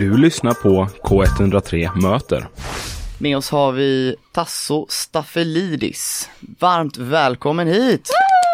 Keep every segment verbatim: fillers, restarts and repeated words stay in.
Du lyssnar på K ett noll tre Möter. Med oss har vi Tasso Staffelidis. Varmt välkommen hit!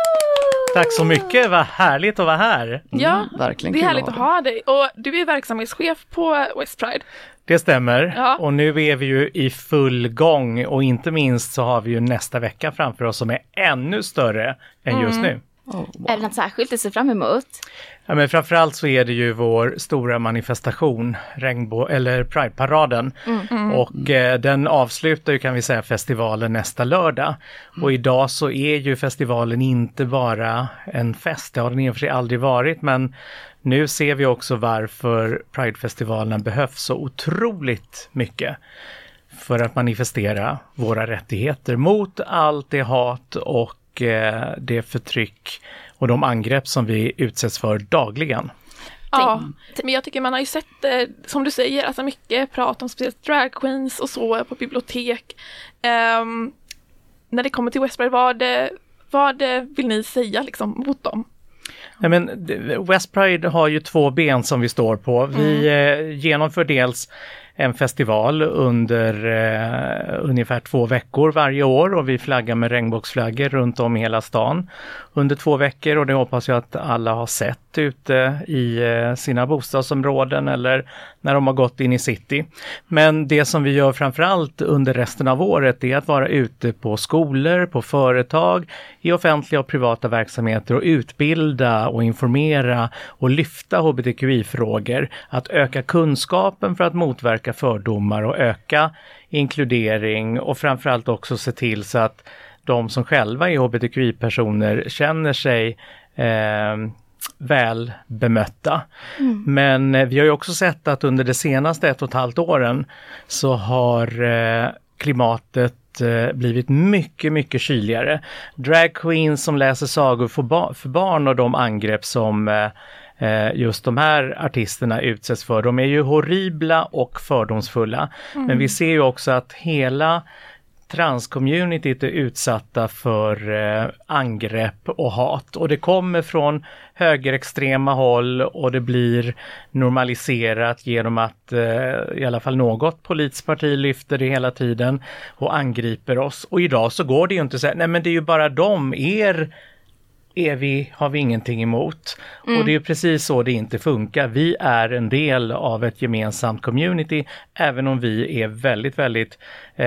Tack så mycket, vad härligt att vara här. Mm, ja, verkligen det är härligt att ha, ha dig. Och du är verksamhetschef på West Pride. Det stämmer, ja. Och nu är vi ju i full gång och inte minst så har vi ju nästa vecka framför oss som är ännu större än mm. just nu. Oh, wow. Är det något särskilt att se fram emot? Ja, men framförallt så är det ju vår stora manifestation, regnbå- eller Pride-paraden. Mm. Mm. Och eh, den avslutar ju kan vi säga festivalen nästa lördag. Mm. Och idag så är ju festivalen inte bara en fest, det har den i och för sig aldrig varit, men nu ser vi också varför Pride-festivalen behövs så otroligt mycket för att manifestera våra rättigheter mot allt det hat och eh, det förtryck och de angrepp som vi utsätts för dagligen. Ja, men jag tycker man har ju sett, eh, som du säger, alltså mycket prat om speciellt drag queens och så på bibliotek. Um, när det kommer till West Pride, vad, vad vill ni säga liksom, mot dem? Nej, men West Pride har ju två ben som vi står på. Vi mm. eh, genomför dels en festival under eh, ungefär två veckor varje år och vi flaggar med regnbågsflaggor runt om i hela stan under två veckor och det hoppas jag att alla har sett ute i eh, sina bostadsområden eller när de har gått in i city. Men det som vi gör framförallt under resten av året är att vara ute på skolor, på företag, i offentliga och privata verksamheter och utbilda och informera och lyfta H B T Q I-frågor, att öka kunskapen för att motverka fördomar och öka inkludering och framförallt också se till så att de som själva är H B T Q I-personer känner sig eh, väl bemötta. Mm. Men eh, vi har ju också sett att under de senaste ett och ett halvt åren så har eh, klimatet eh, blivit mycket, mycket kyligare. Drag queens som läser sagor för, ba- för barn och de angrepp som eh, just de här artisterna utsätts för. De är ju horribla och fördomsfulla. Mm. Men vi ser ju också att hela transcommunityt är utsatta för eh, angrepp och hat. Och det kommer från högerextrema håll och det blir normaliserat genom att eh, i alla fall något politiskt parti lyfter det hela tiden och angriper oss. Och idag så går det ju inte att säga, nej men det är ju bara de, er är vi, har vi ingenting emot. Mm. Och det är precis så det inte funkar. Vi är en del av ett gemensamt community, även om vi är väldigt, väldigt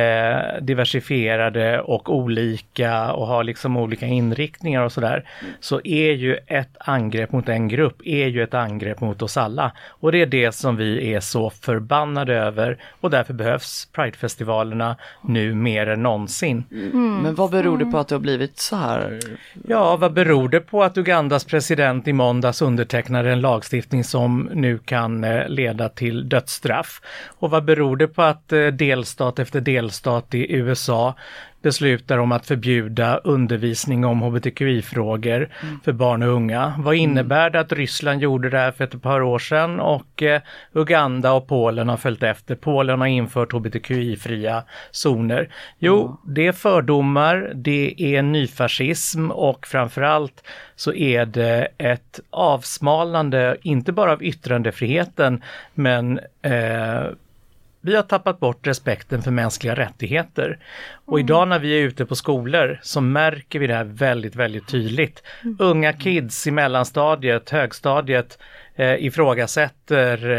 eh, diversifierade och olika och har liksom olika inriktningar och sådär. Mm. Så är ju ett angrepp mot en grupp, är ju ett angrepp mot oss alla. Och det är det som vi är så förbannade över och därför behövs Pride-festivalerna nu mer än någonsin. Mm. Men vad beror det på att det har blivit så här? Ja, vad beror det på att Ugandas president i måndags undertecknade en lagstiftning som nu kan eh, leda till dödsstraff? Och vad beror det på att eh, delstat efter delstat i U S A beslutar om att förbjuda undervisning om H B T Q I-frågor mm. för barn och unga? Vad innebär mm. det att Ryssland gjorde det här för ett par år sedan och eh, Uganda och Polen har följt efter? Polen har infört H B T Q I-fria zoner. Jo, mm. det är fördomar, det är nyfascism och framförallt så är det ett avsmalnande, inte bara av yttrandefriheten, men eh, vi har tappat bort respekten för mänskliga rättigheter. Och mm. idag när vi är ute på skolor så märker vi det här väldigt, väldigt tydligt. Mm. Unga kids i mellanstadiet, högstadiet eh, ifrågasätter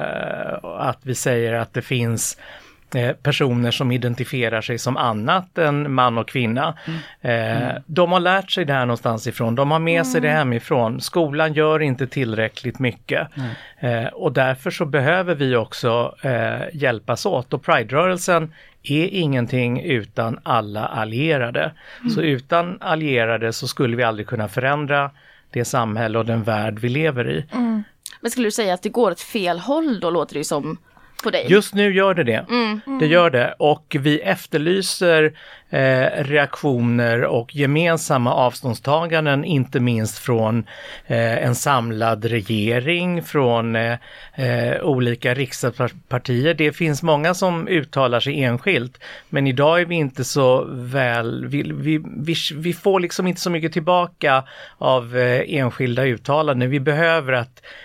eh, att vi säger att det finns personer som identifierar sig som annat än man och kvinna. Mm. Eh, de har lärt sig det här någonstans ifrån. De har med mm. sig det hemifrån. Skolan gör inte tillräckligt mycket. Mm. Eh, och därför så behöver vi också eh, hjälpas åt. Och Pride-rörelsen är ingenting utan alla allierade. Mm. Så utan allierade så skulle vi aldrig kunna förändra det samhälle och den värld vi lever i. Mm. Men skulle du säga att det går åt fel håll då, låter det ju som på dig? Just nu gör det det. Mm. Mm. Det gör det. Och vi efterlyser eh, reaktioner och gemensamma avståndstaganden, inte minst från eh, en samlad regering, från eh, eh, olika riksdagspartier. Det finns många som uttalar sig enskilt, men idag är vi inte så väl, vi, vi, vi, vi får liksom inte så mycket tillbaka av eh, enskilda uttalanden. Vi behöver att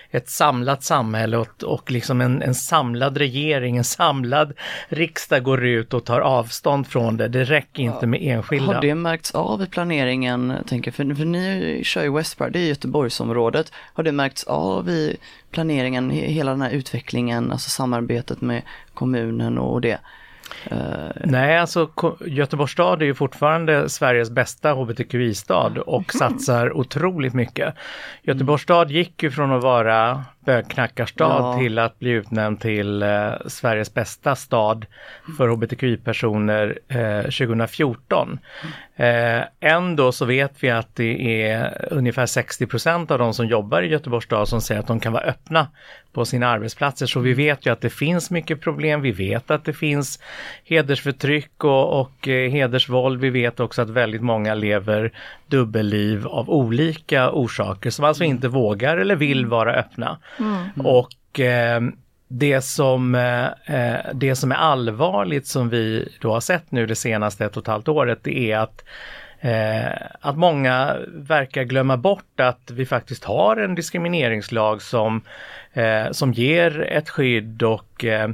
ett samlat samhälle och, och liksom en, en samlad regering, en samlad riksdag går ut och tar avstånd från det. Det räcker inte med enskilda. Har det märkts av i planeringen, tänker, för, för ni kör ju West Pride, det är Göteborgsområdet. Har det märkts av i planeringen, hela den här utvecklingen, alltså samarbetet med kommunen och det? Uh... Nej, alltså Göteborgs stad är ju fortfarande Sveriges bästa H B T Q I-stad och satsar otroligt mycket. Göteborgs stad gick ju från att vara bögknackarstad ja. till att bli utnämnd till eh, Sveriges bästa stad för H B T Q I-personer eh, tjugohundrafjorton. Eh, ändå så vet vi att det är ungefär sextio procent av de som jobbar i Göteborgs stad som säger att de kan vara öppna på sina arbetsplatser. Så vi vet ju att det finns mycket problem. Vi vet att det finns hedersförtryck och, och eh, hedersvåld. Vi vet också att väldigt många lever dubbelliv av olika orsaker som alltså inte vågar eller vill vara öppna. Mm. Och eh, det, som, eh, det som är allvarligt som vi då har sett nu det senaste ett och ett halvt året, det är att Eh, att många verkar glömma bort att vi faktiskt har en diskrimineringslag som, eh, som ger ett skydd och eh,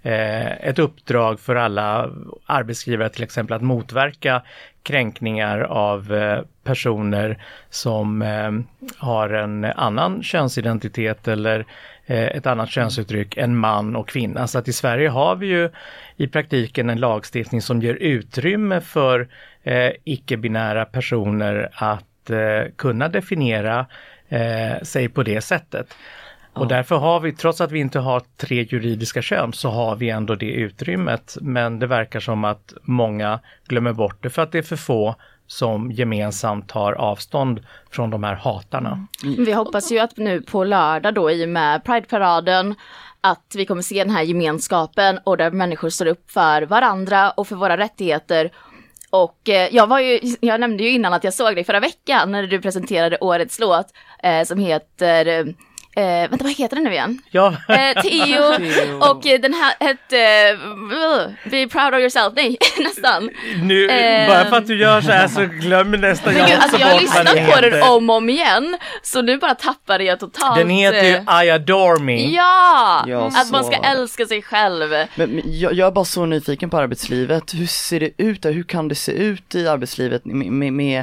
ett uppdrag för alla arbetsgivare till exempel att motverka kränkningar av eh, personer som eh, har en annan könsidentitet eller eh, ett annat könsuttryck än man och kvinna. Så att i Sverige har vi ju i praktiken en lagstiftning som ger utrymme för eh, icke-binära personer att eh, kunna definiera eh, sig på det sättet. Och därför har vi, trots att vi inte har tre juridiska kön, så har vi ändå det utrymmet. Men det verkar som att många glömmer bort det för att det är för få som gemensamt tar avstånd från de här hatarna. Mm. Vi hoppas ju att nu på lördag då i och med Pride-paraden att vi kommer se den här gemenskapen och där människor står upp för varandra och för våra rättigheter. Och eh, jag var ju, jag nämnde ju innan att jag såg dig förra veckan när du presenterade årets låt eh, som heter... Eh, Eh, vänta, vad heter den nu igen? Ja. Eh, Teo. Och eh, den här hette uh, Be proud of yourself. Nej, nästan. Nu, eh, bara för att du gör så här så glömmer nästan jag gud, också alltså, jag har lyssnat på den om och om igen. Så nu bara tappade jag totalt. Den heter ju I Adore Me. Ja, ja att så... man ska älska sig själv. Men, men jag, jag är bara så nyfiken på arbetslivet. Hur ser det ut där? Hur kan det se ut i arbetslivet med... med, med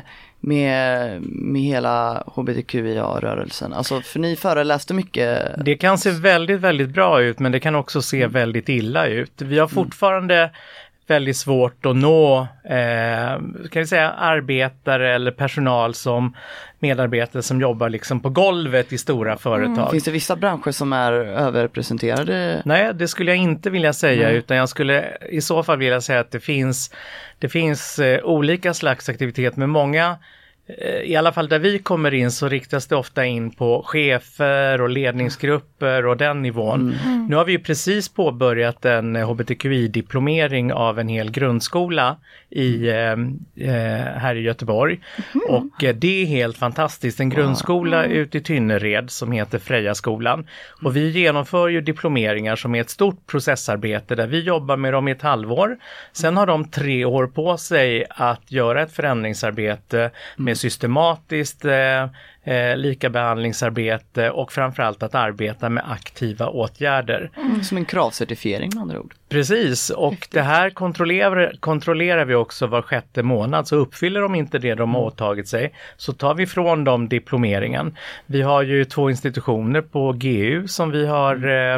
Med, med hela H B T Q I A-rörelsen? Alltså, för ni föreläste mycket. Det kan se väldigt, väldigt bra ut, men det kan också se mm. väldigt illa ut. Vi har fortfarande mm. väldigt svårt att nå eh, kan vi säga, arbetare eller personal som medarbetare som jobbar liksom på golvet i stora företag. Mm. Finns det vissa branscher som är överrepresenterade? Nej, det skulle jag inte vilja säga, mm. utan jag skulle i så fall vilja säga att det finns, det finns eh, olika slags aktivitet med många. I alla fall där vi kommer in så riktas det ofta in på chefer och ledningsgrupper och den nivån. Mm. Nu har vi ju precis påbörjat en H B T Q I-diplomering av en hel grundskola i, eh, här i Göteborg. Mm. Och eh, det är helt fantastiskt. En grundskola mm. ute i Tynnered som heter Freja-skolan. Och vi genomför ju diplomeringar som är ett stort processarbete där vi jobbar med dem i ett halvår. Sen har de tre år på sig att göra ett förändringsarbete med systematiskt eh, eh, likabehandlingsarbete och framförallt att arbeta med aktiva åtgärder. Mm, som en kravcertifiering med andra ord. Precis, och det här kontrollerar, kontrollerar vi också var sjätte månad. Så uppfyller de inte det de har åtagit sig så tar vi från dem diplomeringen. Vi har ju två institutioner på G U som vi har... Eh,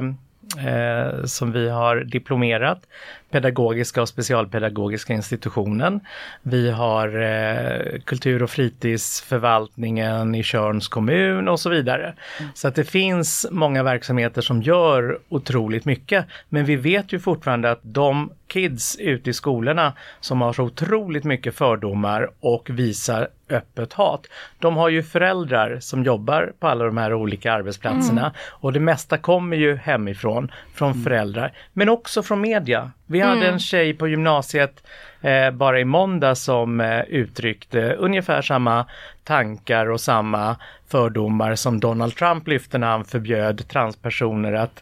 Eh, som vi har diplomerat, pedagogiska och specialpedagogiska institutionen. Vi har eh, kultur- och fritidsförvaltningen i Tjörns kommun och så vidare. Mm. Så att det finns många verksamheter som gör otroligt mycket. Men vi vet ju fortfarande att de kids ute i skolorna som har så otroligt mycket fördomar och visar öppet hat. De har ju föräldrar som jobbar på alla de här olika arbetsplatserna mm. och det mesta kommer ju hemifrån, från mm. föräldrar, men också från media. Vi hade mm. en tjej på gymnasiet eh, bara i måndag som eh, uttryckte ungefär samma tankar och samma fördomar som Donald Trump lyfte när han förbjöd transpersoner att,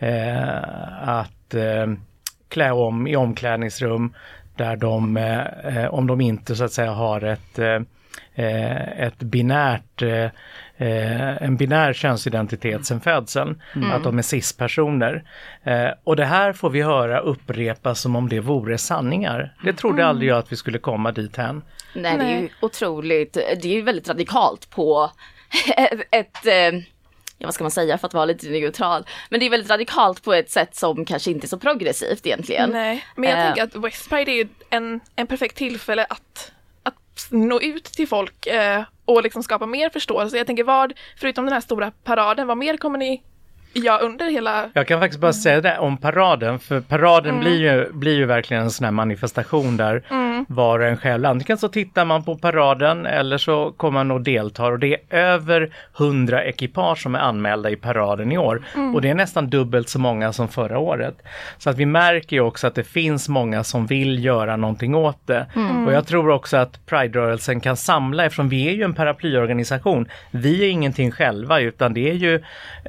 eh, att eh, klä om i omklädningsrum där de, eh, om de inte så att säga har ett, eh, ett binärt eh, en binär könsidentitet sedan födseln, mm. att de är cis-personer. Eh, och det här får vi höra upprepas som om det vore sanningar. Det trodde mm. aldrig jag att vi skulle komma dit hän. Nej, det är ju otroligt, det är ju väldigt radikalt på ett, ett eh, ja, vad ska man säga för att vara lite neutral, men det är väldigt radikalt på ett sätt som kanske inte är så progressivt egentligen. Nej, men jag eh. tänker att West Pride är ju en, en perfekt tillfälle att, att nå ut till folk eh, och liksom skapa mer förståelse. Jag tänker, vad, förutom den här stora paraden, vad mer kommer ni Ja, under hela... Jag kan faktiskt bara säga det om paraden, för paraden mm. blir, ju, blir ju verkligen en sån här manifestation där mm. var och en själv. Antingen så tittar man på paraden eller så kommer man och deltar, och det är över hundra ekipage som är anmälda i paraden i år mm. och det är nästan dubbelt så många som förra året. Så att vi märker ju också att det finns många som vill göra någonting åt det. Mm. Och jag tror också att Pride-rörelsen kan samla, eftersom vi är ju en paraplyorganisation. Vi är ingenting själva, utan det är ju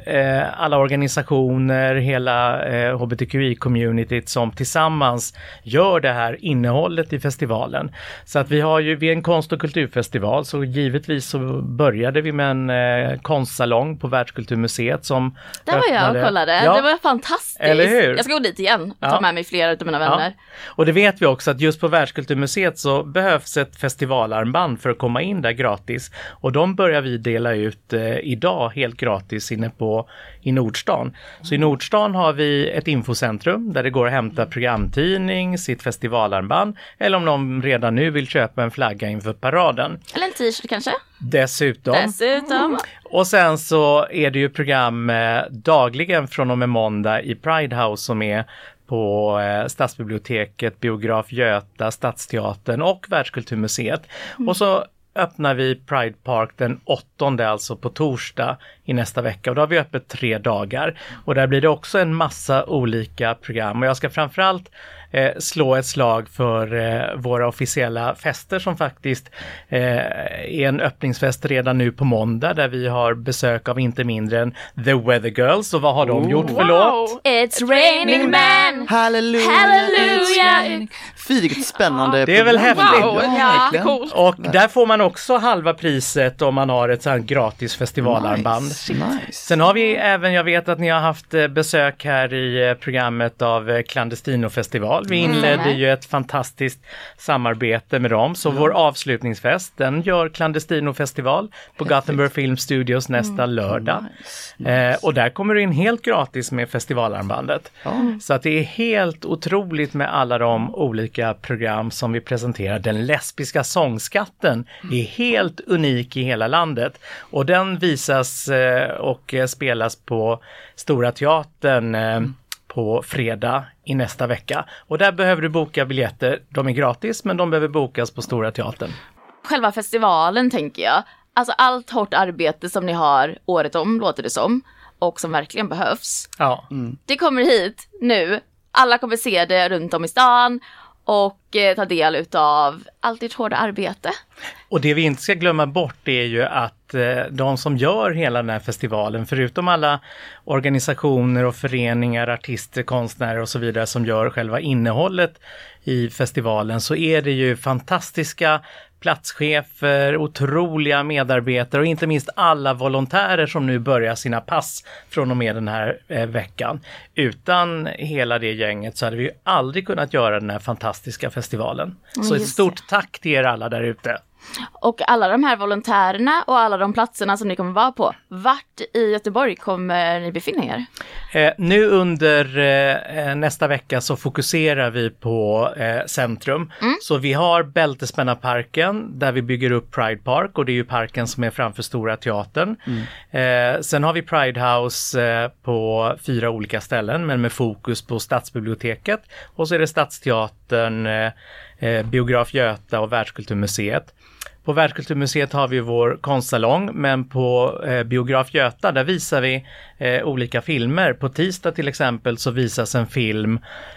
eh, alla organisationer, hela eh, H B T Q I-communityt som tillsammans gör det här innehållet i festivalen. Så att vi har ju, vi är en konst- och kulturfestival, så givetvis så började vi med en eh, konstsalong på Världskulturmuseet som det var jag och kollade, ja. Det var fantastiskt. Eller hur? Jag ska gå dit igen och ja. ta med mig flera av mina vänner. Ja. Och det vet vi också att just på Världskulturmuseet så behövs ett festivalarmband för att komma in där gratis, och de börjar vi dela ut eh, idag helt gratis inne på i Nordstan. Så i Nordstan har vi ett infocentrum där det går att hämta programtidning, sitt festivalarmband, eller om någon redan nu vill köpa en flagga inför paraden. Eller en t-shirt kanske? Dessutom. Dessutom. Och sen så är det ju program eh, dagligen från och med måndag i Pride House som är på eh, Stadsbiblioteket, Biograf Göta, Stadsteatern och Världskulturmuseet. Mm. Och så öppnar vi Pride Park den åttonde, alltså på torsdag i nästa vecka. Och då har vi öppet tre dagar. Och där blir det också en massa olika program. Och jag ska framförallt eh, slå ett slag för eh, våra officiella fester som faktiskt eh, är en öppningsfest redan nu på måndag, där vi har besök av inte mindre än The Weather Girls. Och vad har de oh. gjort för wow. låt? It's raining man! Halleluja! Halleluja! Fyrt spännande. Det är väl häftigt. Wow, ja, coolt. Och där får man också halva priset om man har ett sånt gratis festivalarmband. Nice. Nice. Sen har vi även, jag vet att ni har haft besök här i programmet av Clandestino-festival. Vi inledde mm. ju ett fantastiskt samarbete med dem. Så mm. vår avslutningsfest, den gör Clandestino-festival på Gothenburg Film Studios nästa mm. lördag. Nice. Nice. Eh, och där kommer du in helt gratis med festivalarmbandet. Mm. Så att det är helt otroligt med alla de olika program som vi presenterar. Den lesbiska sångskatten är helt unik i hela landet. Och den visas eh, och spelas på Stora Teatern eh, mm. på fredag i nästa vecka. Och där behöver du boka biljetter. De är gratis, men de behöver bokas på Stora Teatern. Själva festivalen tänker jag. Alltså allt hårt arbete som ni har året om, låter det som. Och som verkligen behövs. Ja. Mm. Det kommer hit nu. Alla kommer se det runt om i stan. Och eh, ta del utav allt ert hårda arbete. Och det vi inte ska glömma bort är ju att eh, de som gör hela den här festivalen, förutom alla organisationer och föreningar, artister, konstnärer och så vidare som gör själva innehållet i festivalen, så är det ju fantastiska platschefer, otroliga medarbetare och inte minst alla volontärer som nu börjar sina pass från och med den här eh, veckan. Utan hela det gänget så hade vi ju aldrig kunnat göra den här fantastiska festivalen. Mm, så ett stort tack till er alla där ute. Och alla de här volontärerna och alla de platserna som ni kommer vara på, vart i Göteborg kommer ni befinna er? Eh, nu under eh, nästa vecka så fokuserar vi på eh, centrum. Mm. Så vi har Bältespännarparken där vi bygger upp Pride Park, och det är ju parken som är framför Stora Teatern. Mm. Eh, sen har vi Pride House eh, på fyra olika ställen, men med fokus på Stadsbiblioteket. Och så är det Stadsteatern, eh, eh, Biograf Göta och Världskulturmuseet. På Världskulturmuseet har vi vår konstsalong, men på eh, Biograf Göta där visar vi eh, olika filmer. På tisdag till exempel så visas en film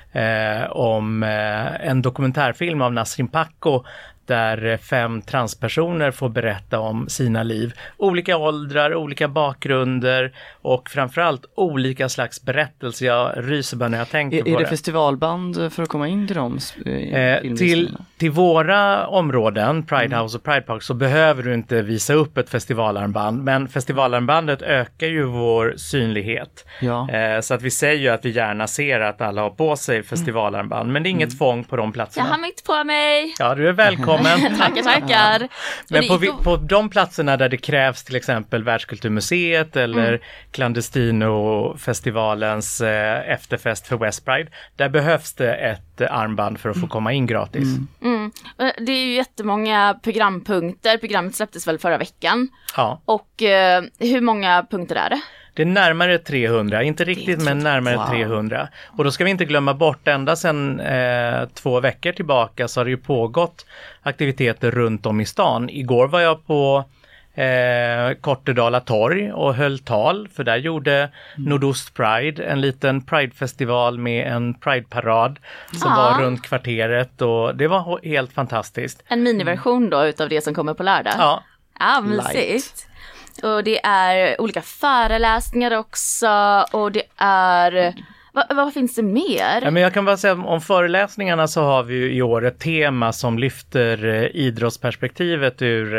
eh, om eh, en dokumentärfilm av Nasrin Pakko, där fem transpersoner får berätta om sina liv. Olika åldrar, olika bakgrunder och framförallt olika slags berättelser. Jag ryser bara när jag tänker är, på är det. Är det festivalband för att komma in till dem? Eh, till, till våra områden, Pride House och Pride Park, så behöver du inte visa upp ett festivalarmband. Men festivalarmbandet ökar ju vår synlighet. Ja. Eh, så att vi säger ju att vi gärna ser att alla har på sig festivalarmband. Men det är inget mm. tvång på de platserna. Jag har mitt på mig. Ja, du är välkommen. tackar, tackar. Men på, vi, på de platserna där det krävs till exempel Världskulturmuseet eller mm. Clandestino-festivalens eh, efterfest för West Pride, där behövs det ett eh, armband för att få komma in gratis. Mm. Mm. Det är ju jättemånga programpunkter. Programmet släpptes väl förra veckan. Ja. Och eh, hur många punkter är det? Det är närmare trehundra, inte riktigt men närmare wow. trehundra. Och då ska vi inte glömma bort, ända sedan eh, två veckor tillbaka så har det ju pågått aktiviteter runt om i stan. Igår var jag på eh, Kortedala torg och höll tal, för där gjorde mm. Nordost Pride en liten Pride-festival med en Pride-parad som ja. var runt kvarteret, och det var helt fantastiskt. En miniversion då utav det som kommer på lördag? Ja. Ja, mysigt. Och det är olika föreläsningar också, och det är... Va, vad finns det mer? Ja, men jag kan bara säga om föreläsningarna, så har vi ju i år ett tema som lyfter eh, idrottsperspektivet ur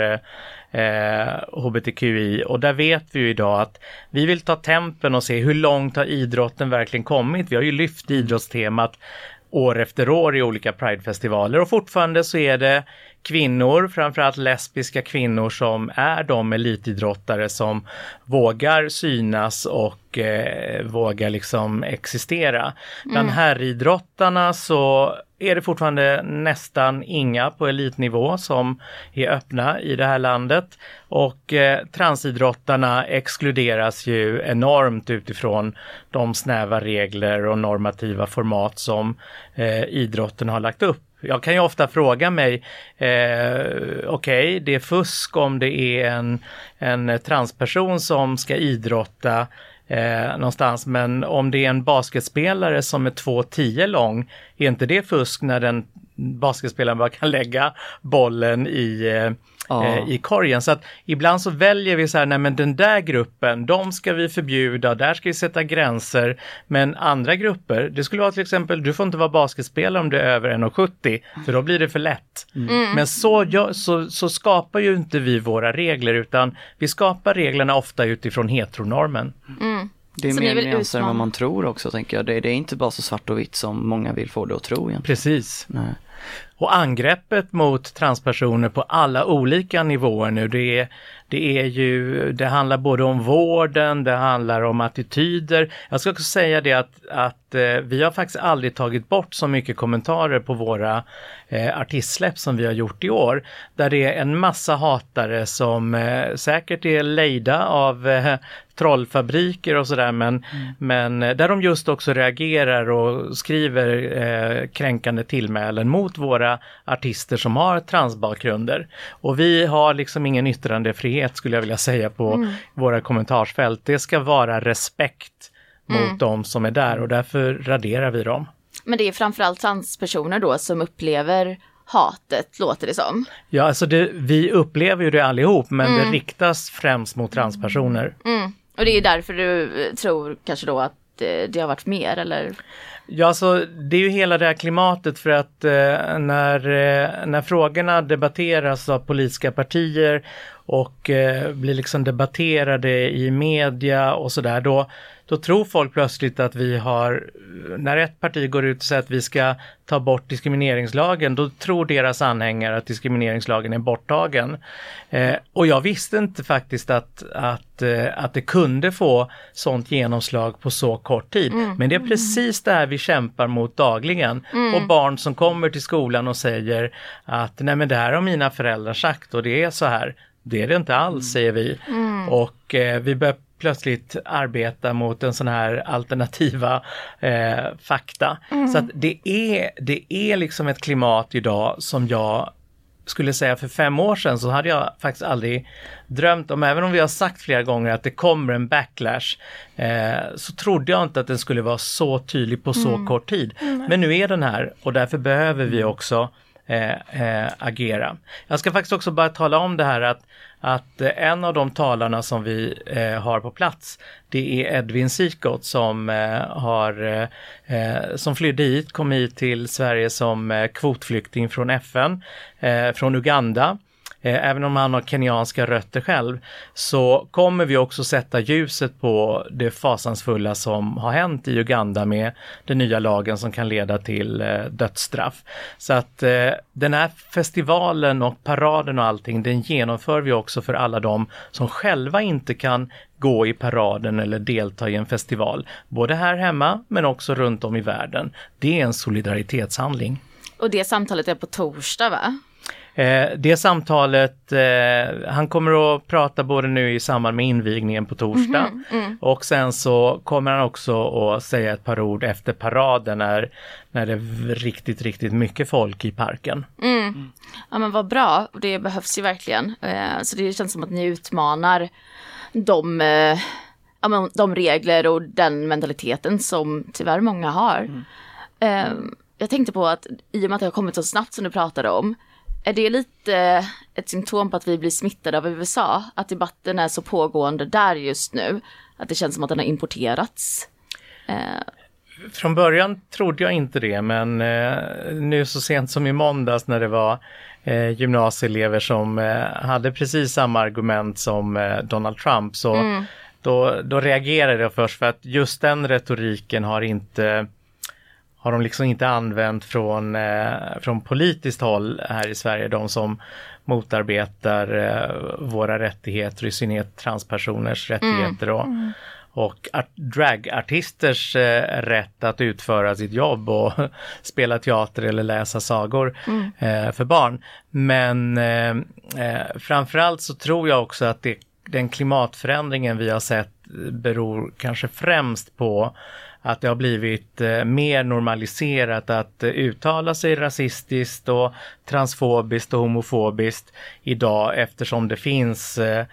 eh, H B T Q I, och där vet vi ju idag att vi vill ta tempen och se hur långt har idrotten verkligen kommit. Vi har ju lyft idrottstemat år efter år i olika Pride-festivaler, och fortfarande så är det kvinnor, framförallt lesbiska kvinnor, som är de elitidrottare som vågar synas och eh, vågar liksom existera. Bland mm. herridrottarna så är det fortfarande nästan inga på elitnivå som är öppna i det här landet, och eh, transidrottarna exkluderas ju enormt utifrån de snäva regler och normativa format som eh, idrotten har lagt upp. Jag kan ju ofta fråga mig, eh, okej, okay, det är fusk om det är en, en transperson som ska idrotta eh, någonstans, men om det är en basketspelare som är två tio lång, är inte det fusk när den basketspelaren bara kan lägga bollen i... Eh, Ja. i korgen. Så att ibland så väljer vi så här, nej men den där gruppen, de ska vi förbjuda, där ska vi sätta gränser, men andra grupper, det skulle vara till exempel, du får inte vara basketspelare om du är över en sjuttio, för då blir det för lätt. Mm. Men så, så, så skapar ju inte vi våra regler, utan vi skapar reglerna ofta utifrån heteronormen. Mm. Det är så mer nyanser än vad man tror också, tänker jag. Det, det är inte bara så svart och vitt som många vill få det att tro egentligen. Precis. Nej. Och angreppet mot transpersoner på alla olika nivåer nu, det är, det är ju, det handlar både om vården, det handlar om attityder. Jag ska också säga det att, att eh, vi har faktiskt aldrig tagit bort så mycket kommentarer på våra eh, artistsläpp som vi har gjort i år. Där det är en massa hatare som eh, säkert är lejda av eh, trollfabriker och sådär, men, mm. men där de just också reagerar och skriver eh, kränkande tillmälen mot våra artister som har transbakgrunder. Och vi har liksom ingen yttrandefrihet, skulle jag vilja säga, på mm. våra kommentarsfält. Det ska vara respekt mot mm. de som är där, och därför raderar vi dem. Men det är framförallt transpersoner då som upplever hatet, låter det som. Ja, alltså det, vi upplever ju det allihop, men mm. det riktas främst mot transpersoner. Mm. Och det är därför du tror kanske då att det har varit mer, eller? Ja, alltså det är ju hela det här klimatet, för att eh, när, eh, när frågorna debatteras av politiska partier och eh, blir liksom debatterade i media och sådär, då, då tror folk plötsligt att vi har, när ett parti går ut och säger att vi ska ta bort diskrimineringslagen, då tror deras anhängare att diskrimineringslagen är borttagen. Eh, och jag visste inte faktiskt att, att, eh, att det kunde få sånt genomslag på så kort tid. Mm. Men det är precis det här vi kämpar mot dagligen. Mm. Och barn som kommer till skolan och säger att nej men det här har mina föräldrar sagt och det är så här. Det är det inte alls, mm. säger vi. Mm. Och eh, vi börjar plötsligt arbeta mot en sån här alternativa eh, fakta. Mm. Så att det är, det är liksom ett klimat idag som jag skulle säga för fem år sedan så hade jag faktiskt aldrig drömt om, även om vi har sagt flera gånger att det kommer en backlash, eh, så trodde jag inte att den skulle vara så tydlig på så mm. kort tid. Mm. Men nu är den här, och därför behöver vi också eh, eh, agera. Jag ska faktiskt också bara tala om det här att, att eh, en av de talarna som vi eh, har på plats, det är Edwin Sikot som eh, har eh, som flydde hit, kom hit till Sverige som eh, kvotflykting från F N, eh, från Uganda. Även om han har kenyanska rötter själv, så kommer vi också sätta ljuset på det fasansfulla som har hänt i Uganda med den nya lagen som kan leda till eh, dödsstraff. Så att eh, den här festivalen och paraden och allting, den genomför vi också för alla de som själva inte kan gå i paraden eller delta i en festival. Både här hemma men också runt om i världen. Det är en solidaritetshandling. Och det samtalet är på torsdag, va? Eh, det samtalet, eh, han kommer att prata både nu i samband med invigningen på torsdag mm-hmm, mm. och sen så kommer han också att säga ett par ord efter paraden när, när det är riktigt, riktigt mycket folk i parken. Mm. Mm. Ja, men vad bra, och det behövs ju verkligen. Eh, så det känns som att ni utmanar de, eh, ja, men de regler och den mentaliteten som tyvärr många har. Mm. Eh, jag tänkte på att i och med att det har kommit så snabbt som du pratade om, är det lite ett symptom på att vi blir smittade av U S A? Att debatten är så pågående där just nu? Att det känns som att den har importerats? Eh. Från början trodde jag inte det, men eh, nu så sent som i måndags när det var eh, gymnasieelever som eh, hade precis samma argument som eh, Donald Trump, så mm. då, då reagerade jag först för att just den retoriken har inte... har de liksom inte använt från, eh, från politiskt håll här i Sverige, de som motarbetar eh, våra rättigheter, i synnerhet transpersoners rättigheter och, mm. och art- dragartisters eh, rätt att utföra sitt jobb och spela teater eller läsa sagor mm. eh, för barn. Men eh, eh, framförallt så tror jag också att det, den klimatförändringen vi har sett beror kanske främst på att det har blivit eh, mer normaliserat att eh, uttala sig rasistiskt och transfobiskt och homofobiskt idag, eftersom det finns eh,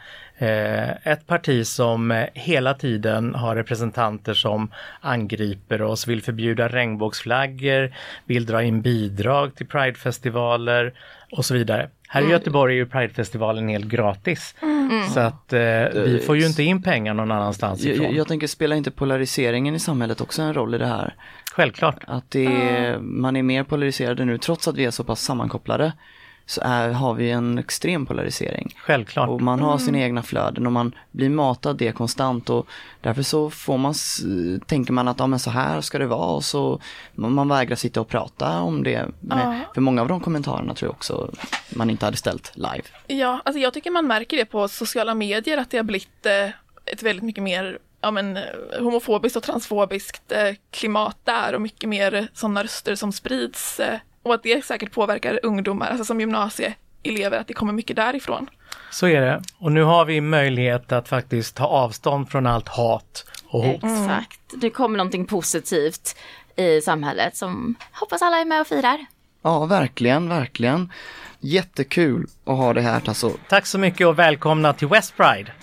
ett parti som eh, hela tiden har representanter som angriper oss, vill förbjuda regnbågsflaggor, vill dra in bidrag till Pride-festivaler och så vidare. Här i Göteborg är ju Pride-festivalen helt gratis. Mm. Så att eh, vi får ju inte in pengar någon annanstans ifrån. Jag, jag tänker, spelar inte polariseringen i samhället också en roll i det här? Självklart. Att det är, man är mer polariserade nu, trots att vi är så pass sammankopplade. Så är, har vi en extrem polarisering. Självklart. Och man har sina mm. egna flöden och man blir matad det konstant, och därför så får man, tänker man att ja, men så här ska det vara, och så man, man vägrar sitta och prata om det. Med, uh. För många av de kommentarerna tror jag också man inte hade ställt live. Ja, alltså jag tycker man märker det på sociala medier, att det har blivit eh, ett väldigt mycket mer ja, men, homofobiskt och transfobiskt eh, klimat där, och mycket mer sådana röster som sprids eh, och att det säkert påverkar ungdomar, alltså som gymnasieelever, att det kommer mycket därifrån. Så är det. Och nu har vi möjlighet att faktiskt ta avstånd från allt hat och hot. Exakt. Det kommer någonting positivt i samhället som hoppas alla är med och firar. Ja, verkligen, verkligen. Jättekul att ha det här, alltså. Tack så mycket och välkomna till West Pride.